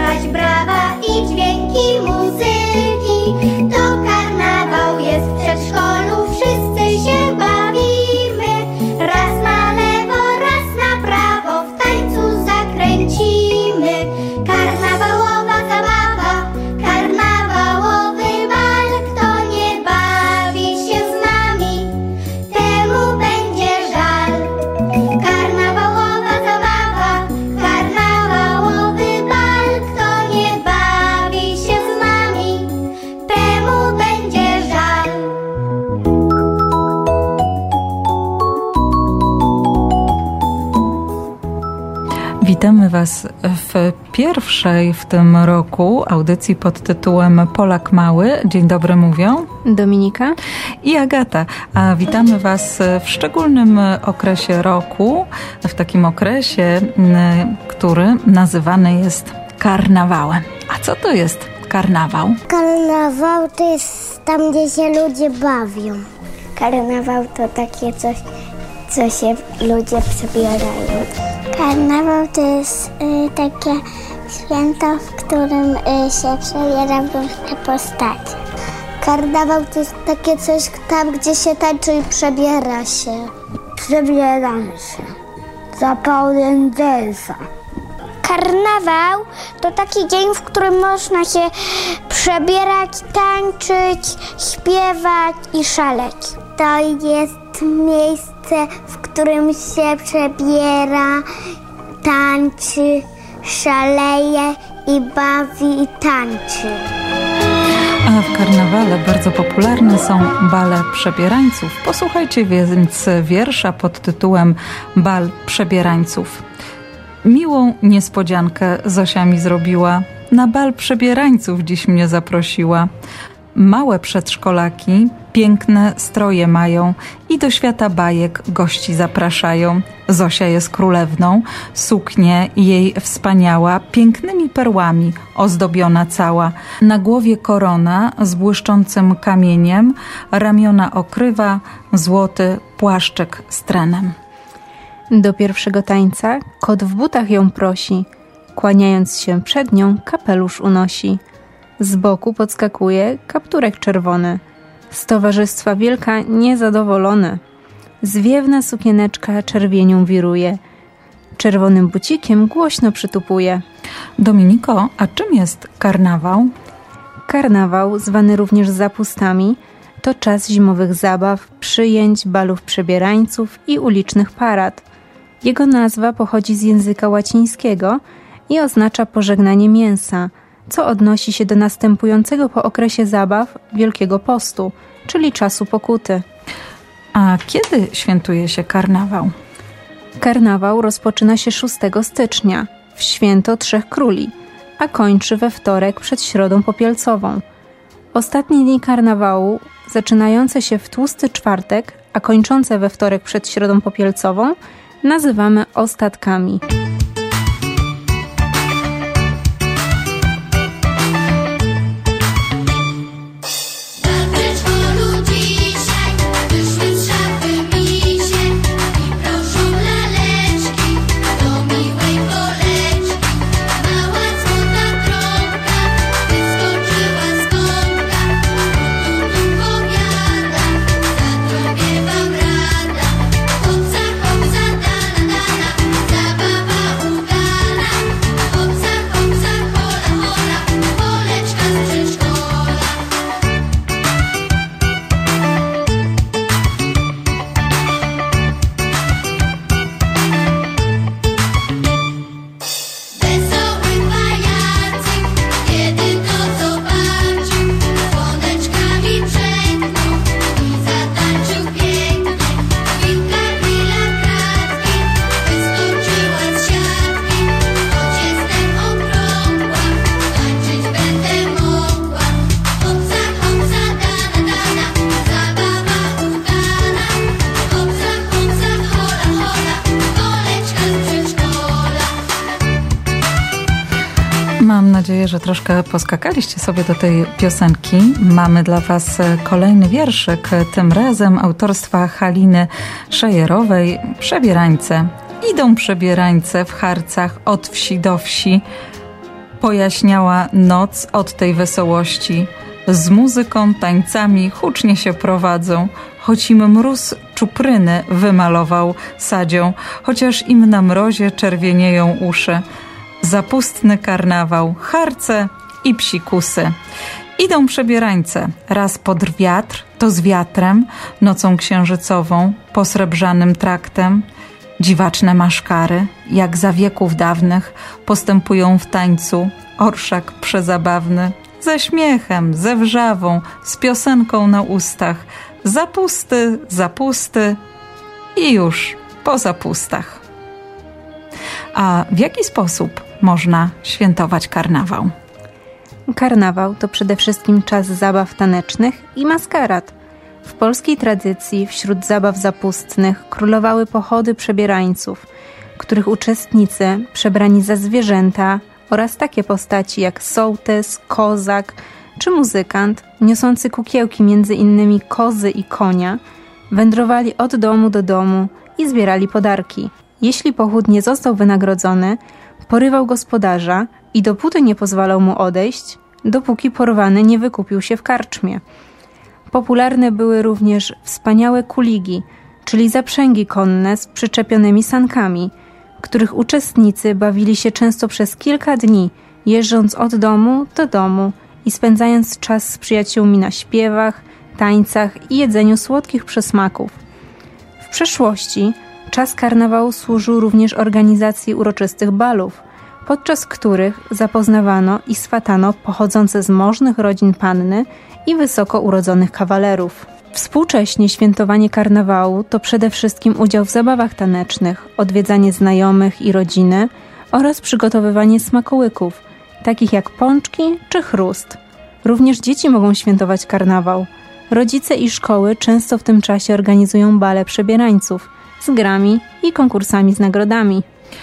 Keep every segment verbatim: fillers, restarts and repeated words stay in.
słychać brawa i dźwięki muzyki. To karnawał jest w przedszkolu, wszyscy się bawimy. Raz na lewo, raz na prawo, w tańcu zakręcimy. Karnawałowa zabawa, karnawałowy bal. Kto nie bawi się z nami, temu będzie żal. Karnawałowa zabawa, karnawałowy bal. Kto nie bawi się z nami, temu będzie żal. Witamy Was w pierwszej w tym roku audycji pod tytułem Polak Mały. Dzień dobry mówią Dominika i Agata. A witamy Was w szczególnym okresie roku, w takim okresie, który nazywany jest karnawałem. A co to jest karnawał? Karnawał to jest tam, gdzie się ludzie bawią. Karnawał to takie coś, co się ludzie przebierają. Karnawał to jest y, takie święto, w którym y, się przebiera w różne postacie. Karnawał to jest takie coś tam, gdzie się tańczy i przebiera się. Przebieramy się za pełen densa. Karnawał to taki dzień, w którym można się przebierać, tańczyć, śpiewać i szaleć. To jest miejsce, w którym się przebiera, tańczy, szaleje i bawi i tańczy. A w karnawale bardzo popularne są bale przebierańców. Posłuchajcie więc wiersza pod tytułem Bal przebierańców. Miłą niespodziankę Zosia mi zrobiła. Na bal przebierańców dziś mnie zaprosiła. Małe przedszkolaki piękne stroje mają i do świata bajek gości zapraszają. Zosia jest królewną, suknie jej wspaniała, pięknymi perłami ozdobiona cała. Na głowie korona z błyszczącym kamieniem, ramiona okrywa złoty płaszczyk z trenem. Do pierwszego tańca kot w butach ją prosi. Kłaniając się przed nią, kapelusz unosi. Z boku podskakuje kapturek czerwony. Z towarzystwa wielka niezadowolony. Zwiewna sukieneczka czerwienią wiruje. Czerwonym bucikiem głośno przytupuje. Dominiko, a czym jest karnawał? Karnawał, zwany również zapustami, to czas zimowych zabaw, przyjęć, balów przebierańców i ulicznych parad. Jego nazwa pochodzi z języka łacińskiego i oznacza pożegnanie mięsa, co odnosi się do następującego po okresie zabaw Wielkiego Postu, czyli czasu pokuty. A kiedy świętuje się karnawał? Karnawał rozpoczyna się szóstego stycznia, w święto Trzech Króli, a kończy we wtorek przed Środą Popielcową. Ostatnie dni karnawału, zaczynające się w tłusty czwartek, a kończące we wtorek przed Środą Popielcową, nazywamy ostatkami. Mam nadzieję, że troszkę poskakaliście sobie do tej piosenki. Mamy dla Was kolejny wierszyk, tym razem autorstwa Haliny Szajerowej. Przebierańce. Idą przebierańce w harcach od wsi do wsi. Pojaśniała noc od tej wesołości. Z muzyką, tańcami hucznie się prowadzą, choć im mróz czupryny wymalował sadzią, chociaż im na mrozie czerwienieją uszy. Zapustny karnawał, harce i psikusy. Idą przebierańce, raz pod wiatr, to z wiatrem, nocą księżycową, posrebrzanym traktem. Dziwaczne maszkary, jak za wieków dawnych, postępują w tańcu, orszak przezabawny, ze śmiechem, ze wrzawą, z piosenką na ustach, zapusty, zapusty i już po zapustach. A w jaki sposób można świętować karnawał? Karnawał to przede wszystkim czas zabaw tanecznych i maskarad. W polskiej tradycji wśród zabaw zapustnych królowały pochody przebierańców, których uczestnicy, przebrani za zwierzęta oraz takie postaci jak sołtys, kozak czy muzykant, niosący kukiełki między innymi kozy i konia, wędrowali od domu do domu i zbierali podarki. Jeśli pochód nie został wynagrodzony, porywał gospodarza i dopóty nie pozwalał mu odejść, dopóki porwany nie wykupił się w karczmie. Popularne były również wspaniałe kuligi, czyli zaprzęgi konne z przyczepionymi sankami, których uczestnicy bawili się często przez kilka dni, jeżdżąc od domu do domu i spędzając czas z przyjaciółmi na śpiewach, tańcach i jedzeniu słodkich przysmaków. W przeszłości czas karnawału służył również organizacji uroczystych balów, podczas których zapoznawano i swatano pochodzące z możnych rodzin panny i wysoko urodzonych kawalerów. Współcześnie świętowanie karnawału to przede wszystkim udział w zabawach tanecznych, odwiedzanie znajomych i rodziny oraz przygotowywanie smakołyków, takich jak pączki czy chrust. Również dzieci mogą świętować karnawał. Rodzice i szkoły często w tym czasie organizują bale przebierańców z grami i konkursami z nagrodami.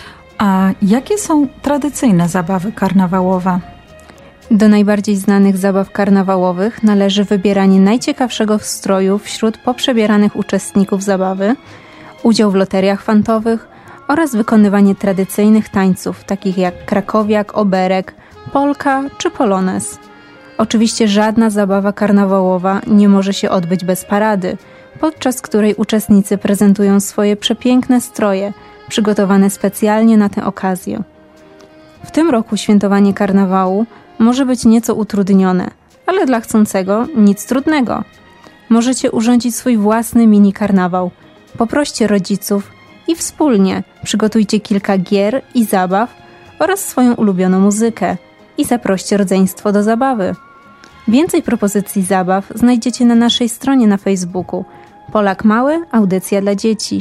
A jakie są tradycyjne zabawy karnawałowe? Do najbardziej znanych zabaw karnawałowych należy wybieranie najciekawszego stroju wśród poprzebieranych uczestników zabawy, udział w loteriach fantowych oraz wykonywanie tradycyjnych tańców, takich jak krakowiak, oberek, polka czy polones. Oczywiście żadna zabawa karnawałowa nie może się odbyć bez parady, podczas której uczestnicy prezentują swoje przepiękne stroje, przygotowane specjalnie na tę okazję. W tym roku świętowanie karnawału może być nieco utrudnione, ale dla chcącego nic trudnego. Możecie urządzić swój własny mini karnawał. Poproście rodziców i wspólnie przygotujcie kilka gier i zabaw oraz swoją ulubioną muzykę i zaproście rodzeństwo do zabawy. Więcej propozycji zabaw znajdziecie na naszej stronie na Facebooku Polak Mały – Audycja dla dzieci.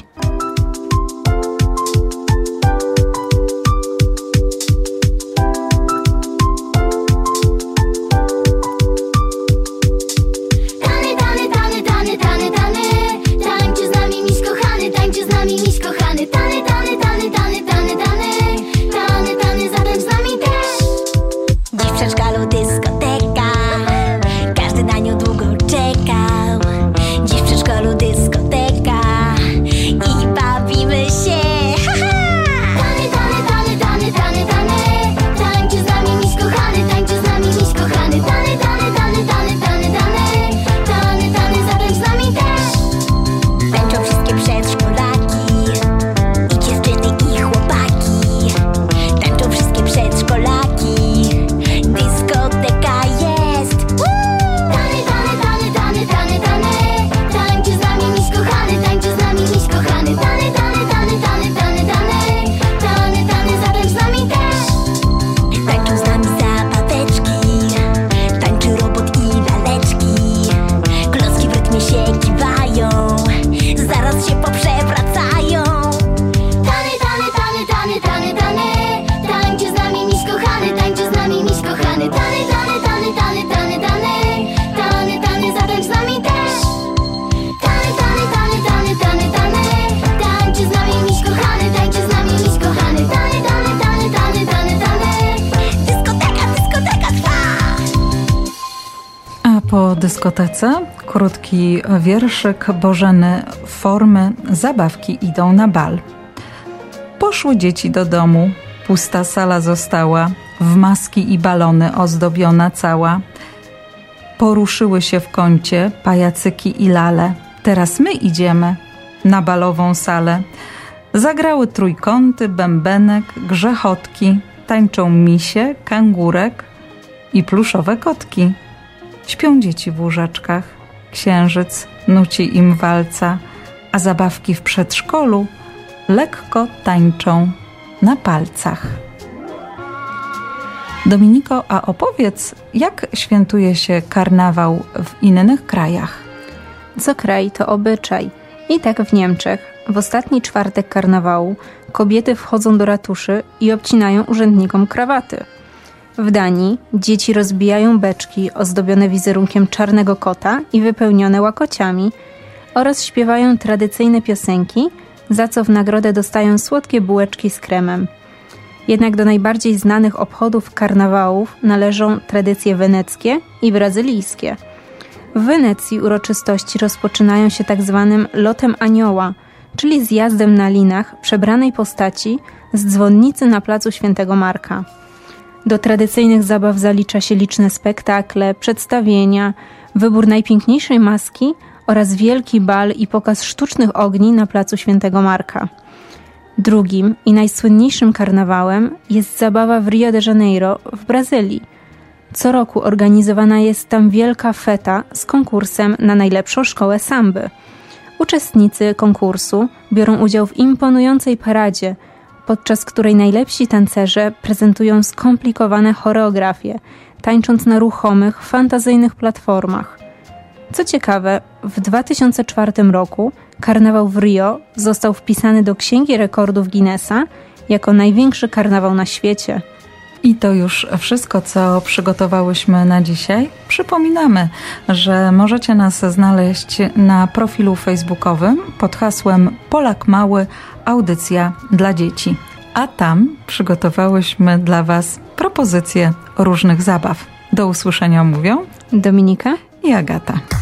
Po dyskotece krótki wierszyk Bożeny formy zabawki idą na bal. Poszły dzieci do domu, pusta sala została, w maski i balony ozdobiona cała. Poruszyły się w kącie pajacyki i lale. Teraz my idziemy na balową salę. Zagrały trójkąty, bębenek, grzechotki. Tańczą misie, kangurek i pluszowe kotki. Śpią dzieci w łóżeczkach. Księżyc nuci im walca, a zabawki w przedszkolu lekko tańczą na palcach. Dominiko, a opowiedz, jak świętuje się karnawał w innych krajach? Co kraj to obyczaj. I tak w Niemczech w ostatni czwartek karnawału kobiety wchodzą do ratuszy i obcinają urzędnikom krawaty. W Danii dzieci rozbijają beczki ozdobione wizerunkiem czarnego kota i wypełnione łakociami oraz śpiewają tradycyjne piosenki, za co w nagrodę dostają słodkie bułeczki z kremem. Jednak do najbardziej znanych obchodów karnawałów należą tradycje weneckie i brazylijskie. W Wenecji uroczystości rozpoczynają się tak zwanym lotem anioła, czyli zjazdem na linach przebranej postaci z dzwonnicy na placu Świętego Marka. Do tradycyjnych zabaw zalicza się liczne spektakle, przedstawienia, wybór najpiękniejszej maski oraz wielki bal i pokaz sztucznych ogni na placu Świętego Marka. Drugim i najsłynniejszym karnawałem jest zabawa w Rio de Janeiro w Brazylii. Co roku organizowana jest tam wielka feta z konkursem na najlepszą szkołę samby. Uczestnicy konkursu biorą udział w imponującej paradzie, podczas której najlepsi tancerze prezentują skomplikowane choreografie, tańcząc na ruchomych, fantazyjnych platformach. Co ciekawe, w dwa tysiące czwartym roku karnawał w Rio został wpisany do Księgi Rekordów Guinnessa jako największy karnawał na świecie. I to już wszystko, co przygotowałyśmy na dzisiaj. Przypominamy, że możecie nas znaleźć na profilu facebookowym pod hasłem Polak Mały – Audycja dla dzieci. A tam przygotowałyśmy dla Was propozycje różnych zabaw. Do usłyszenia mówią Dominika i Agata.